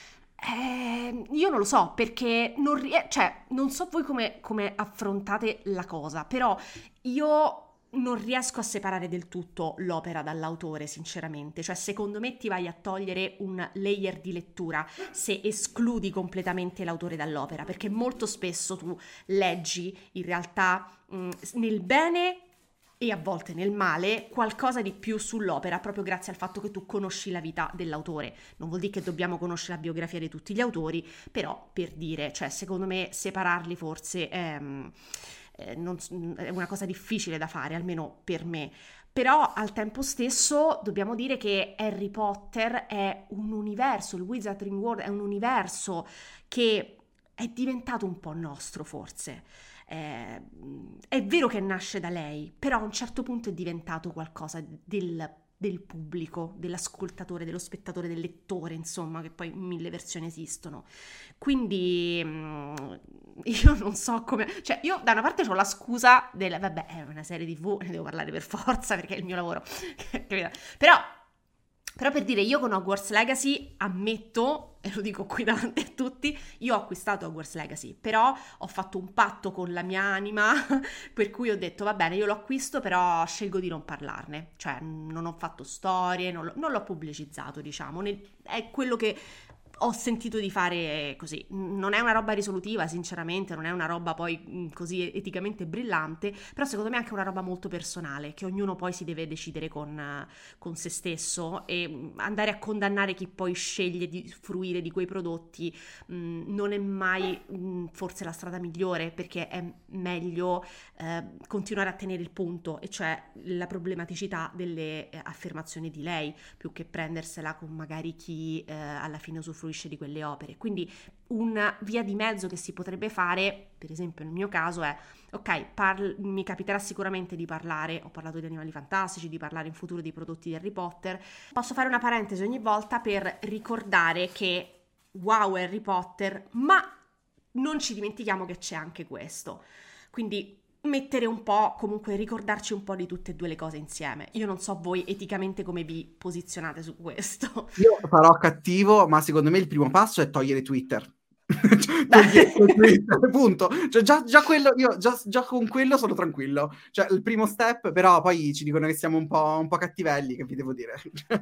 Eh, io non lo so, perché non, rie- cioè, non so voi come, come affrontate la cosa, però io non riesco a separare del tutto l'opera dall'autore, sinceramente. Cioè, secondo me ti vai a togliere un layer di lettura se escludi completamente l'autore dall'opera, perché molto spesso tu leggi in realtà mh, nel bene e a volte nel male qualcosa di più sull'opera, proprio grazie al fatto che tu conosci la vita dell'autore. Non vuol dire che dobbiamo conoscere la biografia di tutti gli autori, però per dire, cioè secondo me separarli forse è, è, non, è una cosa difficile da fare, almeno per me. Però al tempo stesso dobbiamo dire che Harry Potter è un universo, il Wizarding World è un universo che è diventato un po' nostro forse. Eh, è vero che nasce da lei, però a un certo punto è diventato qualcosa del, del pubblico, dell'ascoltatore, dello spettatore, del lettore, insomma, che poi mille versioni esistono. Quindi mh, io non so come, cioè io da una parte ho la scusa del vabbè, è una serie tivù, ne devo parlare per forza perché è il mio lavoro. però Però per dire, io con Hogwarts Legacy ammetto, e lo dico qui davanti a tutti, io ho acquistato Hogwarts Legacy, però ho fatto un patto con la mia anima, per cui ho detto va bene, io lo acquisto, però scelgo di non parlarne, cioè non ho fatto storie, non, lo, non l'ho pubblicizzato, diciamo, nel, è quello che ho sentito di fare così. Non è una roba risolutiva, sinceramente, non è una roba poi così eticamente brillante, però secondo me è anche una roba molto personale, che ognuno poi si deve decidere con, con se stesso, e andare a condannare chi poi sceglie di fruire di quei prodotti mh, non è mai mh, forse la strada migliore, perché è meglio eh, continuare a tenere il punto, e cioè la problematicità delle eh, affermazioni di lei, più che prendersela con magari chi eh, alla fine usufruisce di quelle opere. Quindi una via di mezzo che si potrebbe fare, per esempio nel mio caso, è ok, parl- mi capiterà sicuramente di parlare, ho parlato di Animali Fantastici, di parlare in futuro dei prodotti di Harry Potter, posso fare una parentesi ogni volta per ricordare che wow Harry Potter, ma non ci dimentichiamo che c'è anche questo, quindi mettere un po', comunque ricordarci un po' di tutte e due le cose insieme. Io non so voi eticamente come vi posizionate su questo. Io farò cattivo, ma secondo me il primo passo è togliere Twitter. togliere Twitter, punto. Cioè, già, già quello, io già, già con quello sono tranquillo. Cioè, il primo step, però poi ci dicono che siamo un po', un po' cattivelli, che vi devo dire.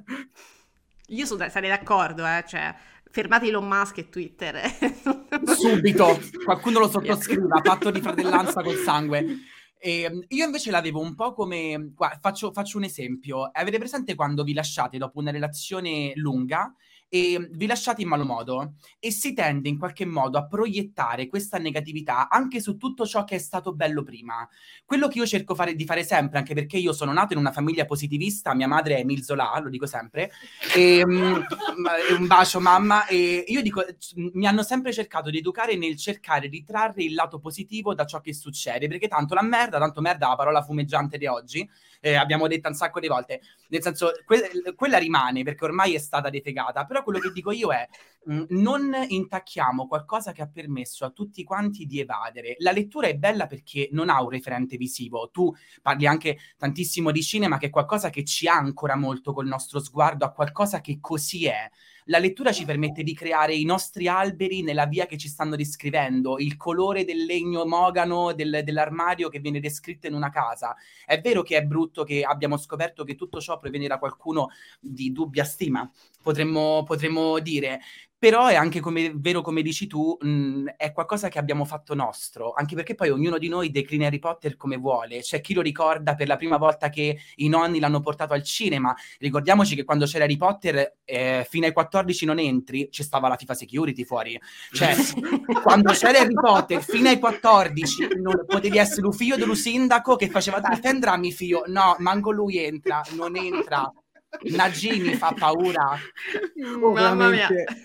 Io sono, sarei d'accordo, eh, cioè fermate Elon Musk e Twitter. Subito, qualcuno lo sottoscriva, patto di fratellanza col sangue. E io invece l'avevo un po' come, guarda, faccio, faccio un esempio. Avete presente quando vi lasciate dopo una relazione lunga e vi lasciate in malo modo e si tende in qualche modo a proiettare questa negatività anche su tutto ciò che è stato bello prima? Quello che io cerco fare, di fare sempre, anche perché io sono nato in una famiglia positivista, mia madre è Émile Zola, lo dico sempre, e, um, un bacio mamma, e io dico, mi hanno sempre cercato di educare nel cercare di trarre il lato positivo da ciò che succede, perché tanto la merda, tanto merda, la parola fumeggiante di oggi, eh, abbiamo detto un sacco di volte, nel senso, que- quella rimane perché ormai è stata defegata, però quello che dico io è mh, non intacchiamo qualcosa che ha permesso a tutti quanti di evadere. La lettura è bella perché non ha un referente visivo, tu parli anche tantissimo di cinema, che è qualcosa che ci ancora molto col nostro sguardo a qualcosa che così è. La lettura ci permette di creare i nostri alberi nella via che ci stanno descrivendo, il colore del legno mogano del, dell'armadio che viene descritto in una casa. È vero che è brutto che abbiamo scoperto che tutto ciò proviene da qualcuno di dubbia stima, potremmo, potremmo dire, però è anche come, vero come dici tu, mh, è qualcosa che abbiamo fatto nostro, anche perché poi ognuno di noi declina Harry Potter come vuole. C'è chi lo ricorda per la prima volta che i nonni l'hanno portato al cinema. Ricordiamoci che quando c'era Harry Potter eh, fino ai quattordici non entri, ci stava la FIFA Security fuori, cioè quando c'era Harry Potter fino ai quattordici non potevi essere lo figlio dello sindaco che faceva difendere mio figlio, no, manco lui entra, non entra. Nagini fa paura. Oh, mamma mia.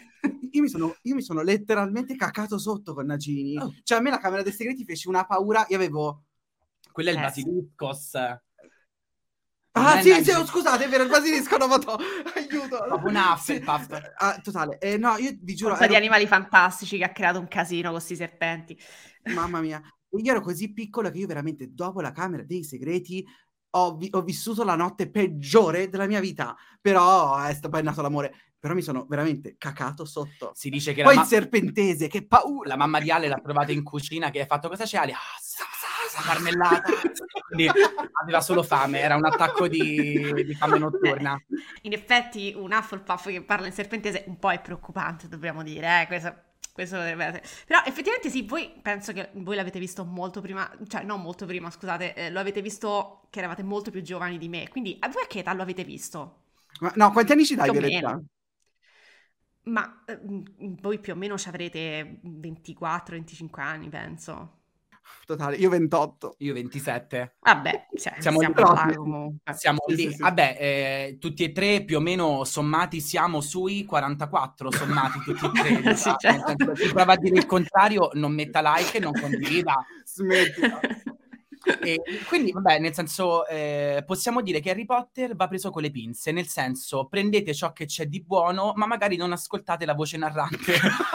io, mi sono, io mi sono letteralmente cacato sotto con Nagini. Oh. Cioè a me la Camera dei Segreti fece una paura, io avevo... Quello è il Eh, basiliscos. Ah sì, sì, oh, scusate, è vero, il basilisco non voto. Aiuto. Proprio un Hufflepuff. Sì. Ah, totale. Eh, no, io vi giuro... Colpa di ero- Animali Fantastici che ha creato un casino con questi serpenti. Mamma mia. Io ero così piccola che io veramente, dopo la Camera dei Segreti, ho, vi- ho vissuto la notte peggiore della mia vita. Però è sta- poi è nato l'amore. Però mi sono veramente cacato sotto. Si dice che Poi la, il ma- serpentese, che paura! la mamma di Ale l'ha trovata in cucina, che ha fatto cosa c'è Ale? Ah, sa, sa, sa, marmellata. Quindi aveva solo fame, era un attacco di, di fame notturna. Beh, in effetti un Hufflepuff che parla in serpentese un po' è preoccupante, dobbiamo dire, eh, questo, questo dovrebbe essere. Però effettivamente sì, voi penso che voi l'avete visto molto prima, cioè non molto prima, scusate, eh, lo avete visto che eravate molto più giovani di me, quindi a voi a che età lo avete visto? Ma, no, quanti anni ci dai, Più o Violetta? meno. Ma eh, voi più o meno ci avrete ventiquattro venticinque anni, penso. Totale, io ventotto. Io ventisette. Vabbè, cioè, Siamo siamo lì. là Proprio. comunque. Siamo Sì, lì. sì, sì. Vabbè, eh, tutti e tre più o meno sommati siamo sui quarantaquattro, sommati tutti e tre. Sì, Nel certo. senso, chi prova a dire il contrario non metta like e non condivida. Smettila. E quindi, vabbè, nel senso, eh, possiamo dire che Harry Potter va preso con le pinze, nel senso, prendete ciò che c'è di buono, ma magari non ascoltate la voce narrante.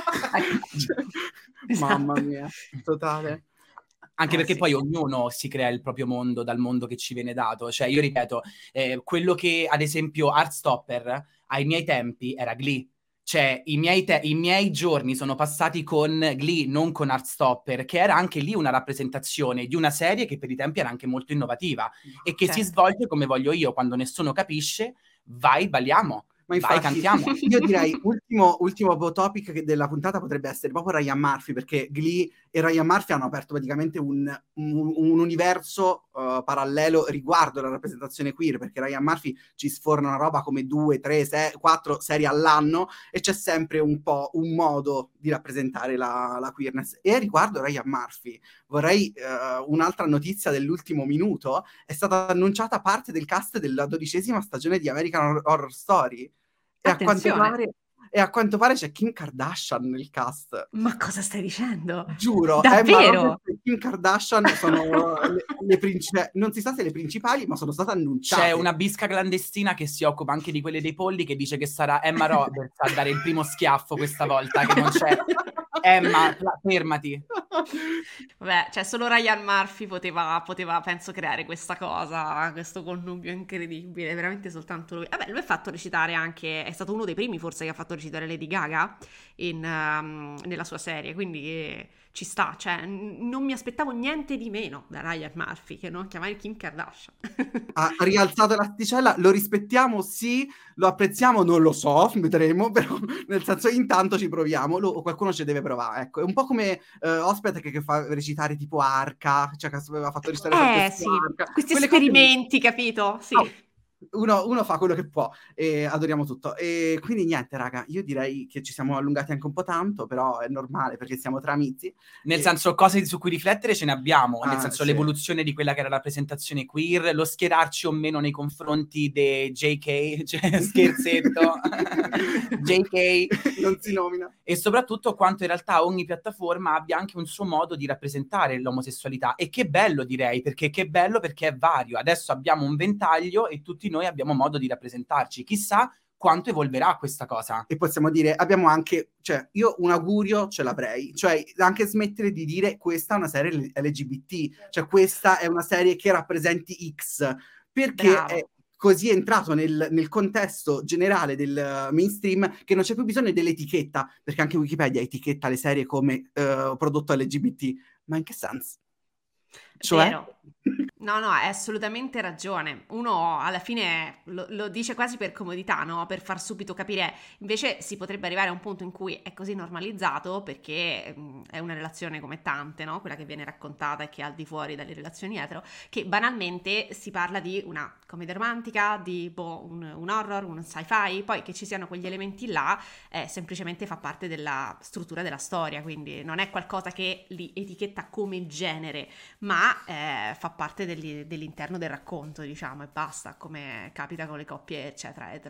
Mamma mia, totale. Anche Eh, perché sì. poi ognuno si crea il proprio mondo dal mondo che ci viene dato. Cioè, io ripeto, eh, quello che, ad esempio, Heartstopper, ai miei tempi, era Glee. Cioè, i miei, te- i miei giorni sono passati con Glee, non con Heartstopper, che era anche lì una rappresentazione di una serie che per i tempi era anche molto innovativa e che si Certo. svolge come voglio io, quando nessuno capisce, vai, balliamo, Ma vai, infatti, cantiamo. io direi ultimo, ultimo topic che della puntata potrebbe essere proprio Ryan Murphy, perché Glee e Ryan Murphy hanno aperto praticamente un, un, un universo uh, parallelo riguardo la rappresentazione queer, perché Ryan Murphy ci sforna una roba come due, tre, se- quattro serie all'anno e c'è sempre un po' un modo di rappresentare la, la queerness. E riguardo Ryan Murphy, vorrei uh, un'altra notizia dell'ultimo minuto, è stata annunciata parte del cast della dodicesima stagione di American Horror Story. E a, quanto Attenzione. pare, e a quanto pare c'è Kim Kardashian nel cast. Ma cosa stai dicendo? Giuro, Davvero? Emma Roberts e Kim Kardashian sono le, le principali, non si sa se le principali, ma sono state annunciate. C'è una bisca clandestina che si occupa anche di quelle dei polli, che dice che sarà Emma Roberts a dare il primo schiaffo questa volta, che non c'è. Emma, la- fermati. Vabbè, cioè solo Ryan Murphy poteva, poteva, penso, creare questa cosa, questo connubio incredibile, veramente soltanto lui. Vabbè, lui ha fatto recitare anche, è stato uno dei primi forse che ha fatto recitare Lady Gaga in, um, nella sua serie, quindi eh, ci sta, cioè n- non mi aspettavo niente di meno da Ryan Murphy, che non chiamare Kim Kardashian. Ha rialzato l'asticella, lo rispettiamo, sì, lo apprezziamo, non lo so, vedremo, però nel senso intanto ci proviamo, lo, qualcuno ci deve provare, ecco, è un po' come uh, Ospite che, che fa recitare tipo Arca, cioè che aveva fatto recitare Eh stesso sì, Arca. questi Quelle cose- esperimenti, capito? Sì. Oh, Uno, uno fa quello che può e adoriamo tutto. E quindi niente, raga, io direi che ci siamo allungati anche un po' tanto, però è normale perché siamo tra amici. Nel E- senso, cose su cui riflettere ce ne abbiamo, nel Ah, senso sì. l'evoluzione di quella che era la rappresentazione queer, lo schierarci o meno nei confronti dei J K, cioè scherzetto, J K, Non si nomina. e soprattutto quanto in realtà ogni piattaforma abbia anche un suo modo di rappresentare l'omosessualità. E che bello, direi, perché che bello perché è vario. Adesso abbiamo un ventaglio e tutti noi abbiamo modo di rappresentarci. Chissà quanto evolverà questa cosa. E possiamo dire, abbiamo anche, cioè, io un augurio ce l'avrei, cioè anche smettere di dire questa è una serie L G B T, cioè questa è una serie che rappresenti X, perché Bravo. è così entrato nel, nel contesto generale del uh, mainstream che non c'è più bisogno dell'etichetta, perché anche Wikipedia etichetta le serie come uh, prodotto L G B T, ma in che senso? Cioè? Vero. No, no, hai assolutamente ragione. Uno alla fine lo, lo dice quasi per comodità, no? Per far subito capire. Invece si potrebbe arrivare a un punto in cui è così normalizzato perché mh, è una relazione come tante, no? Quella che viene raccontata e che è al di fuori dalle relazioni etero, che banalmente si parla di una commedia romantica, di boh, un, un horror, un sci-fi, poi che ci siano quegli elementi là, eh, semplicemente fa parte della struttura della storia, quindi non è qualcosa che li etichetta come genere, ma eh, fa parte degli, dell'interno del racconto, diciamo, e basta, come capita con le coppie, eccetera, etero.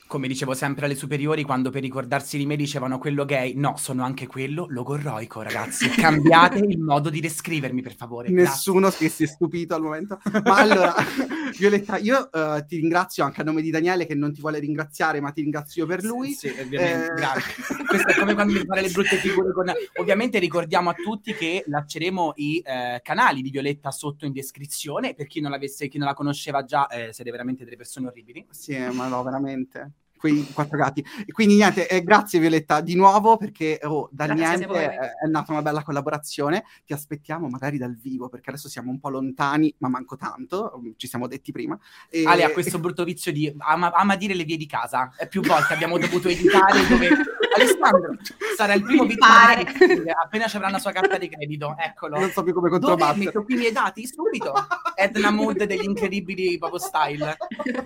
come dicevo sempre alle superiori, quando per ricordarsi di me dicevano quello gay, no, sono anche quello logorroico, ragazzi. Cambiate il modo di descrivermi, per favore. Nessuno che si è stupito al momento. Ma allora, Violetta, io uh, ti ringrazio anche a nome di Daniele, che non ti vuole ringraziare, ma ti ringrazio per lui. Sì, sì, ovviamente, eh... grazie. Questo è come quando mi fare le brutte figure con... Ovviamente ricordiamo a tutti che lasceremo i eh, canali di Violetta sotto in descrizione, per chi non l'avesse, chi non la conosceva già, eh, siete veramente delle persone orribili. Sì, ma no, veramente. Quei quattro gatti. E quindi niente, eh, grazie Violetta di nuovo, perché oh, da grazie niente è, è nata una bella collaborazione. Ti aspettiamo magari dal vivo, perché adesso siamo un po' lontani, ma manco tanto, ci siamo detti prima. E... Ale ha questo brutto vizio di ama, ama dire le vie di casa. E più volte abbiamo dovuto editare dove Alessandro sarà il primo vittime appena ci avrà una sua carta di credito. Eccolo. Non so più come controbattere. Dove metto qui i miei dati? Subito. Edna Mood degli incredibili proprio style.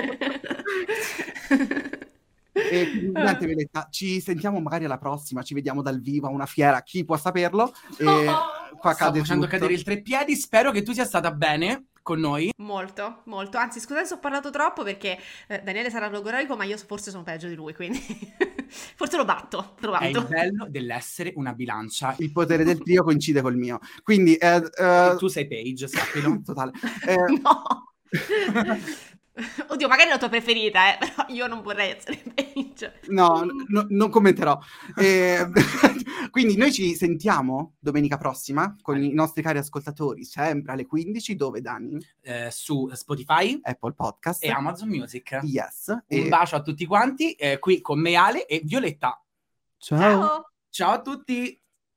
E niente, Violetta, ci sentiamo magari alla prossima, ci vediamo dal vivo a una fiera, chi può saperlo. E qua sto cade facendo tutto. cadere il treppiedi, spero che tu sia stata bene con noi. Molto, molto, anzi scusate se ho parlato troppo perché eh, Daniele sarà logorroico, ma io forse sono peggio di lui, quindi forse lo batto, lo batto. È il bello dell'essere una bilancia. Il potere del trio coincide col mio, quindi eh, eh... tu sei Paige, sappilo. Totale. Eh... no. Oddio, magari è la tua preferita, eh, però io non vorrei essere Paige. No, no, non commenterò. Eh, quindi noi ci sentiamo domenica prossima con i nostri cari ascoltatori, sempre alle quindici, dove Dani? Eh, su Spotify, Apple Podcast e Amazon Music. Yes. Un e... bacio a tutti quanti, eh, qui con me Ale e Violetta. Ciao. Ciao. Ciao a tutti.